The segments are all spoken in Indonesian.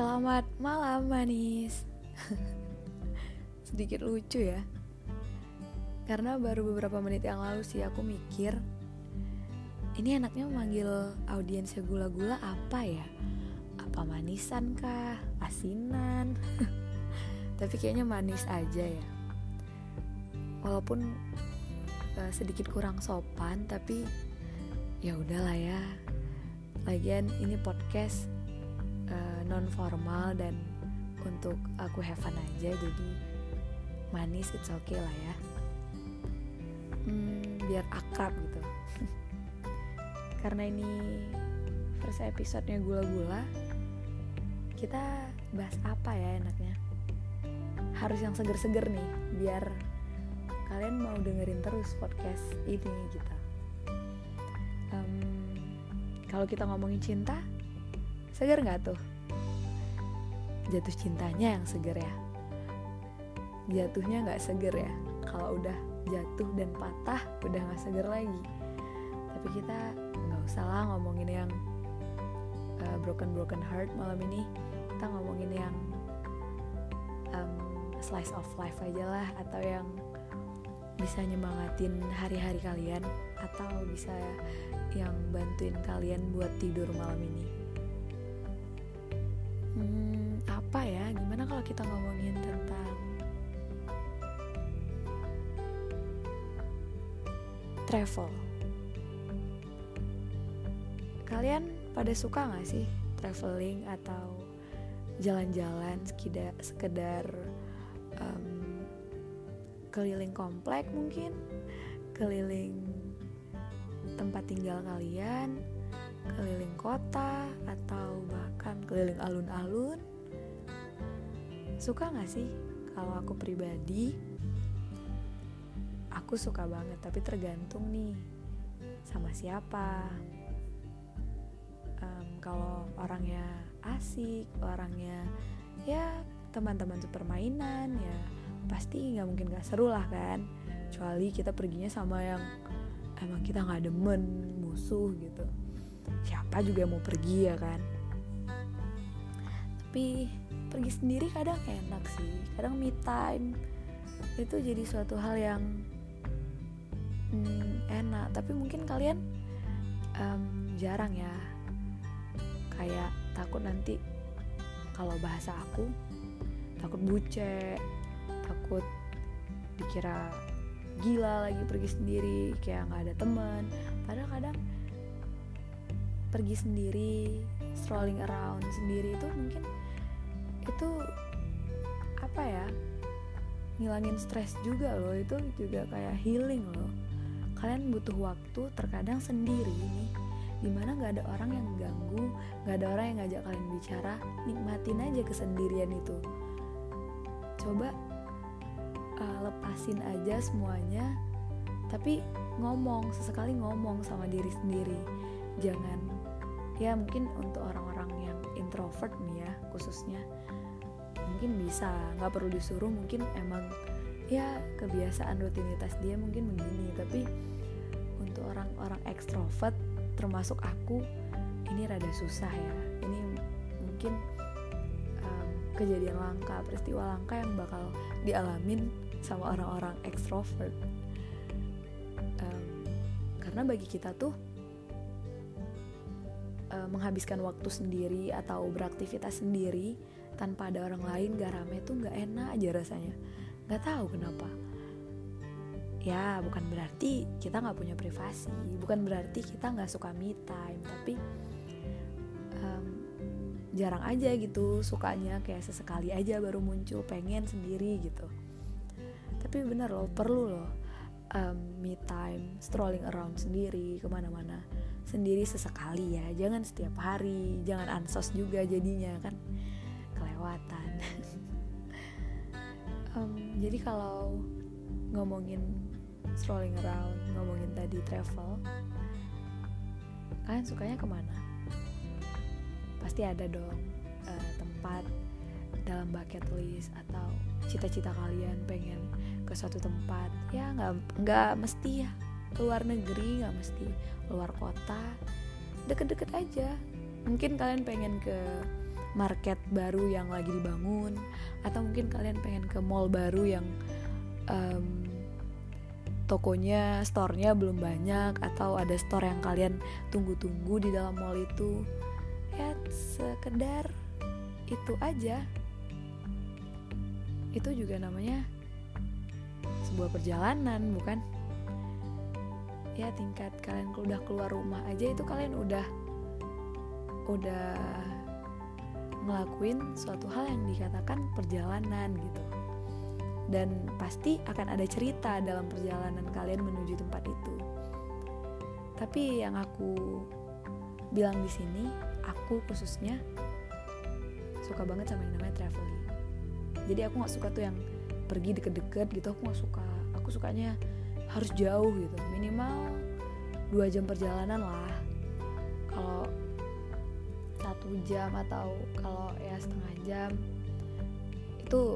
Selamat malam manis. Sedikit lucu ya, karena baru beberapa menit yang lalu sih aku mikir, ini enaknya memanggil audiensnya gula-gula apa ya? Apa manisan kah? Asinan? Tapi kayaknya manis aja ya. Walaupun sedikit kurang sopan, tapi ya udahlah ya. Lagian ini podcast non formal dan untuk aku have fun aja, jadi manis it's okay lah ya. Biar akrab gitu. Karena ini first episode-nya gula-gula, kita bahas apa ya enaknya? Harus yang seger-seger nih, biar kalian mau dengerin terus podcast ini gitu. Kalau kita ngomongin cinta, seger gak tuh? Jatuh cintanya yang seger ya, jatuhnya gak seger ya. Kalau udah jatuh dan patah, udah gak seger lagi. Tapi kita gak usah lah ngomongin yang broken heart malam ini. Kita ngomongin yang slice of life aja lah, atau yang bisa nyemangatin hari-hari kalian, atau bisa yang bantuin kalian buat tidur malam ini. Apa ya? Gimana kalau kita ngomongin tentang travel? Kalian pada suka gak sih traveling atau jalan-jalan, sekedar keliling komplek mungkin, keliling tempat tinggal kalian, keliling kota, atau bahkan keliling alun-alun? Suka gak sih? Kalau aku pribadi, aku suka banget, tapi tergantung nih sama siapa. Kalau orangnya asik, orangnya ya teman-teman sepermainan, ya pasti gak mungkin gak seru lah kan. Kecuali kita perginya sama yang emang kita gak demen, musuh gitu. Siapa juga mau pergi ya kan. Tapi pergi sendiri kadang enak sih. Kadang me time itu jadi suatu hal yang enak. Tapi mungkin kalian jarang ya. Kayak takut nanti, kalau bahasa aku, takut bucek, takut dikira gila lagi pergi sendiri, kayak gak ada teman. Padahal kadang pergi sendiri, strolling around sendiri itu mungkin itu apa ya, ngilangin stres juga loh. Itu juga kayak healing loh. Kalian butuh waktu terkadang sendiri nih, dimana gak ada orang yang ganggu, gak ada orang yang ngajak kalian bicara. Nikmatin aja kesendirian itu. Coba lepasin aja semuanya, tapi sesekali ngomong sama diri sendiri. Jangan, ya mungkin untuk orang-orang yang introvert nih ya khususnya, mungkin bisa, gak perlu disuruh, mungkin emang ya kebiasaan rutinitas dia mungkin begini. Tapi untuk orang-orang ekstrovert termasuk aku, ini rada susah ya. Ini mungkin kejadian langka, peristiwa langka yang bakal dialamin sama orang-orang ekstrovert. Karena bagi kita tuh menghabiskan waktu sendiri atau beraktivitas sendiri tanpa ada orang lain, gak rame tuh gak enak aja rasanya. Gak tahu kenapa. Ya bukan berarti kita gak punya privasi, bukan berarti kita gak suka me time, tapi jarang aja gitu sukanya, kayak sesekali aja baru muncul pengen sendiri gitu. Tapi bener loh, perlu loh me time, strolling around sendiri, kemana-mana sendiri sesekali ya. Jangan setiap hari, jangan ansos juga jadinya kan kelewatan. Jadi kalau ngomongin strolling around, ngomongin tadi travel, kalian sukanya kemana? Pasti ada dong tempat dalam bucket list atau cita-cita kalian pengen ke suatu tempat. Ya nggak mesti ya luar negeri, nggak mesti luar kota, deket-deket aja. Mungkin kalian pengen ke market baru yang lagi dibangun, atau mungkin kalian pengen ke mall baru yang tokonya, store-nya belum banyak, atau ada store yang kalian tunggu-tunggu di dalam mall itu. Ya sekedar itu aja, itu juga namanya sebuah perjalanan, bukan? Ya tingkat kalian udah keluar rumah aja itu kalian udah ngelakuin suatu hal yang dikatakan perjalanan gitu. Dan pasti akan ada cerita dalam perjalanan kalian menuju tempat itu. Tapi yang aku bilang di sini, aku khususnya suka banget sama yang namanya traveling. Jadi aku nggak suka tuh yang pergi deket-deket gitu, aku nggak suka. Aku sukanya harus jauh gitu, minimal 2 jam perjalanan lah. Kalau 1 jam atau kalau ya setengah jam itu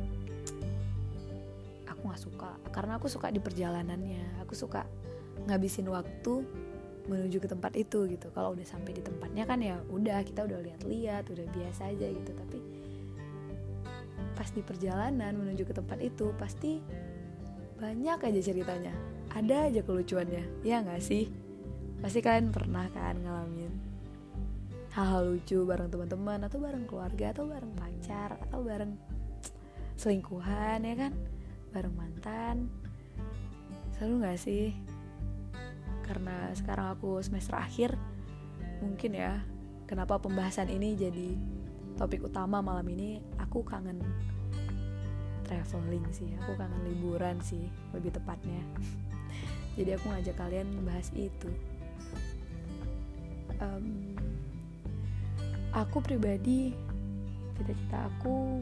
aku nggak suka, karena aku suka di perjalanannya. Aku suka ngabisin waktu menuju ke tempat itu gitu. Kalau udah sampai di tempatnya kan ya udah, kita udah lihat-lihat, udah biasa aja gitu. Tapi pas di perjalanan menuju ke tempat itu pasti banyak aja ceritanya, ada aja kelucuannya, ya nggak sih? Pasti kalian pernah kan ngalamin hal-hal lucu bareng teman-teman, atau bareng keluarga, atau bareng pacar, atau bareng selingkuhan, ya kan? Bareng mantan. Seru gak sih? Karena sekarang aku semester akhir, mungkin ya kenapa pembahasan ini jadi topik utama malam ini. Aku kangen traveling sih, aku kangen liburan sih lebih tepatnya. Jadi aku ngajak kalian membahas itu. Aku pribadi, cita-cita aku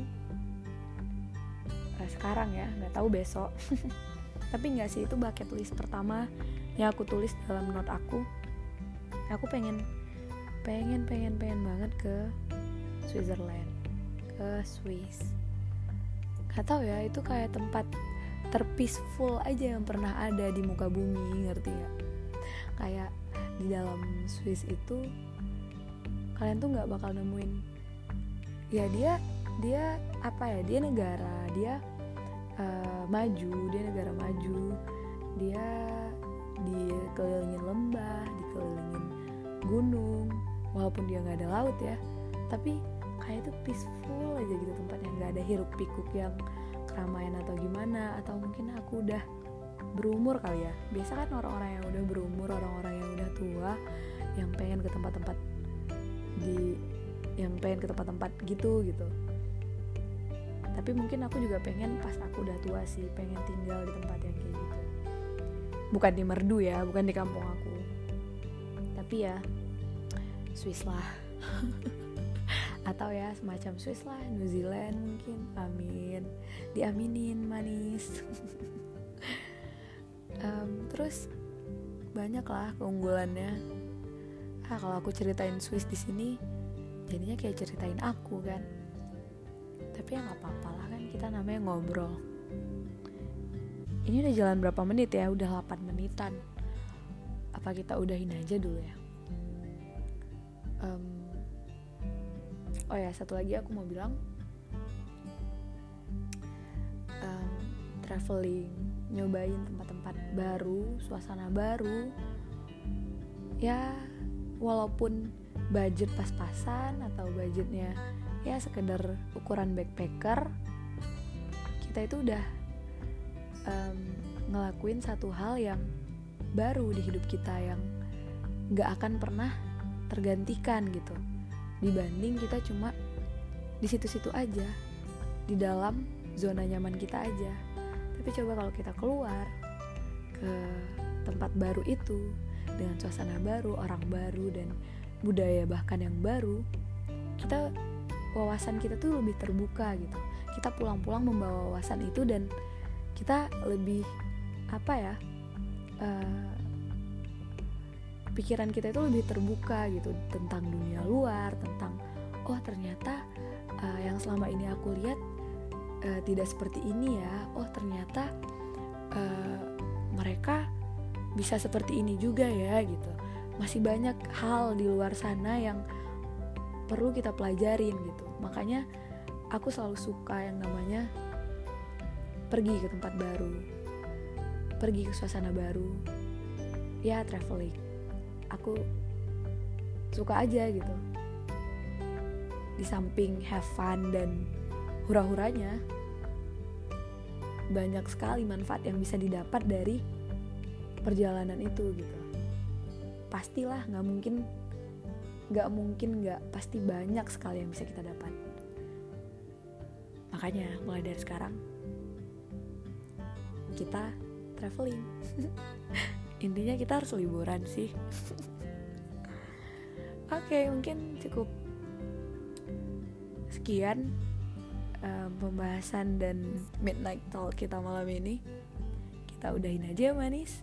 sekarang ya, nggak tahu besok. Tapi nggak sih, itu bucket list pertama yang aku tulis dalam note aku. Aku pengen banget ke Switzerland, ke Swiss. Gak tahu ya, itu kayak tempat terpeaceful aja yang pernah ada di muka bumi, ngerti gak? Kayak di dalam Swiss itu kalian tuh nggak bakal nemuin, ya dia apa ya, dia negara maju, dia dikelilingin lembah, dikelilingin gunung, walaupun dia nggak ada laut ya, tapi kayak itu peaceful aja gitu tempatnya, nggak ada hiruk pikuk yang keramaian atau gimana. Atau mungkin aku udah berumur kali ya, biasa kan orang-orang yang udah berumur, orang-orang yang udah tua, yang pengen ke tempat-tempat gitu. Tapi mungkin aku juga pengen pas aku udah tua sih, pengen tinggal di tempat yang kayak gitu. Bukan di merdu ya, bukan di kampung aku, tapi ya Swiss lah. Atau ya semacam Swiss lah, New Zealand mungkin. Amin, diaminin manis. Terus banyak lah keunggulannya. Kalau aku ceritain Swiss di sini, jadinya kayak ceritain aku kan. Tapi ya nggak apa-apa lah, kan kita namanya ngobrol. Ini udah jalan berapa menit ya? Udah 8 menitan. Apa kita udahin aja dulu ya? Oh ya, satu lagi aku mau bilang, traveling, nyobain tempat-tempat baru, suasana baru, ya walaupun budget pas-pasan atau budgetnya ya sekedar ukuran backpacker, kita itu udah ngelakuin satu hal yang baru di hidup kita, yang gak akan pernah tergantikan gitu, dibanding kita cuma di situ-situ aja, di dalam zona nyaman kita aja. Tapi coba kalau kita keluar ke tempat baru itu, dengan suasana baru, orang baru, dan budaya bahkan yang baru, wawasan kita tuh lebih terbuka gitu. Kita pulang-pulang membawa wawasan itu, dan kita lebih pikiran kita itu lebih terbuka gitu tentang dunia luar, tentang ternyata yang selama ini aku lihat tidak seperti ini ya. Ternyata mereka bisa seperti ini juga ya gitu. Masih banyak hal di luar sana yang perlu kita pelajarin gitu. Makanya aku selalu suka yang namanya pergi ke tempat baru, pergi ke suasana baru, ya traveling. Aku suka aja gitu. Di samping have fun dan hura-huranya, banyak sekali manfaat yang bisa didapat dari perjalanan itu gitu. Pastilah, nggak mungkin nggak, pasti banyak sekali yang bisa kita dapat. Makanya mulai dari sekarang kita traveling. Intinya kita harus liburan sih. Oke, mungkin cukup sekian pembahasan dan midnight talk kita malam ini. Kita udahin aja manis.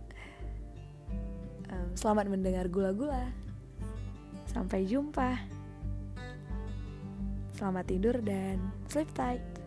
Selamat mendengar gula-gula. Sampai jumpa. Selamat tidur dan sleep tight.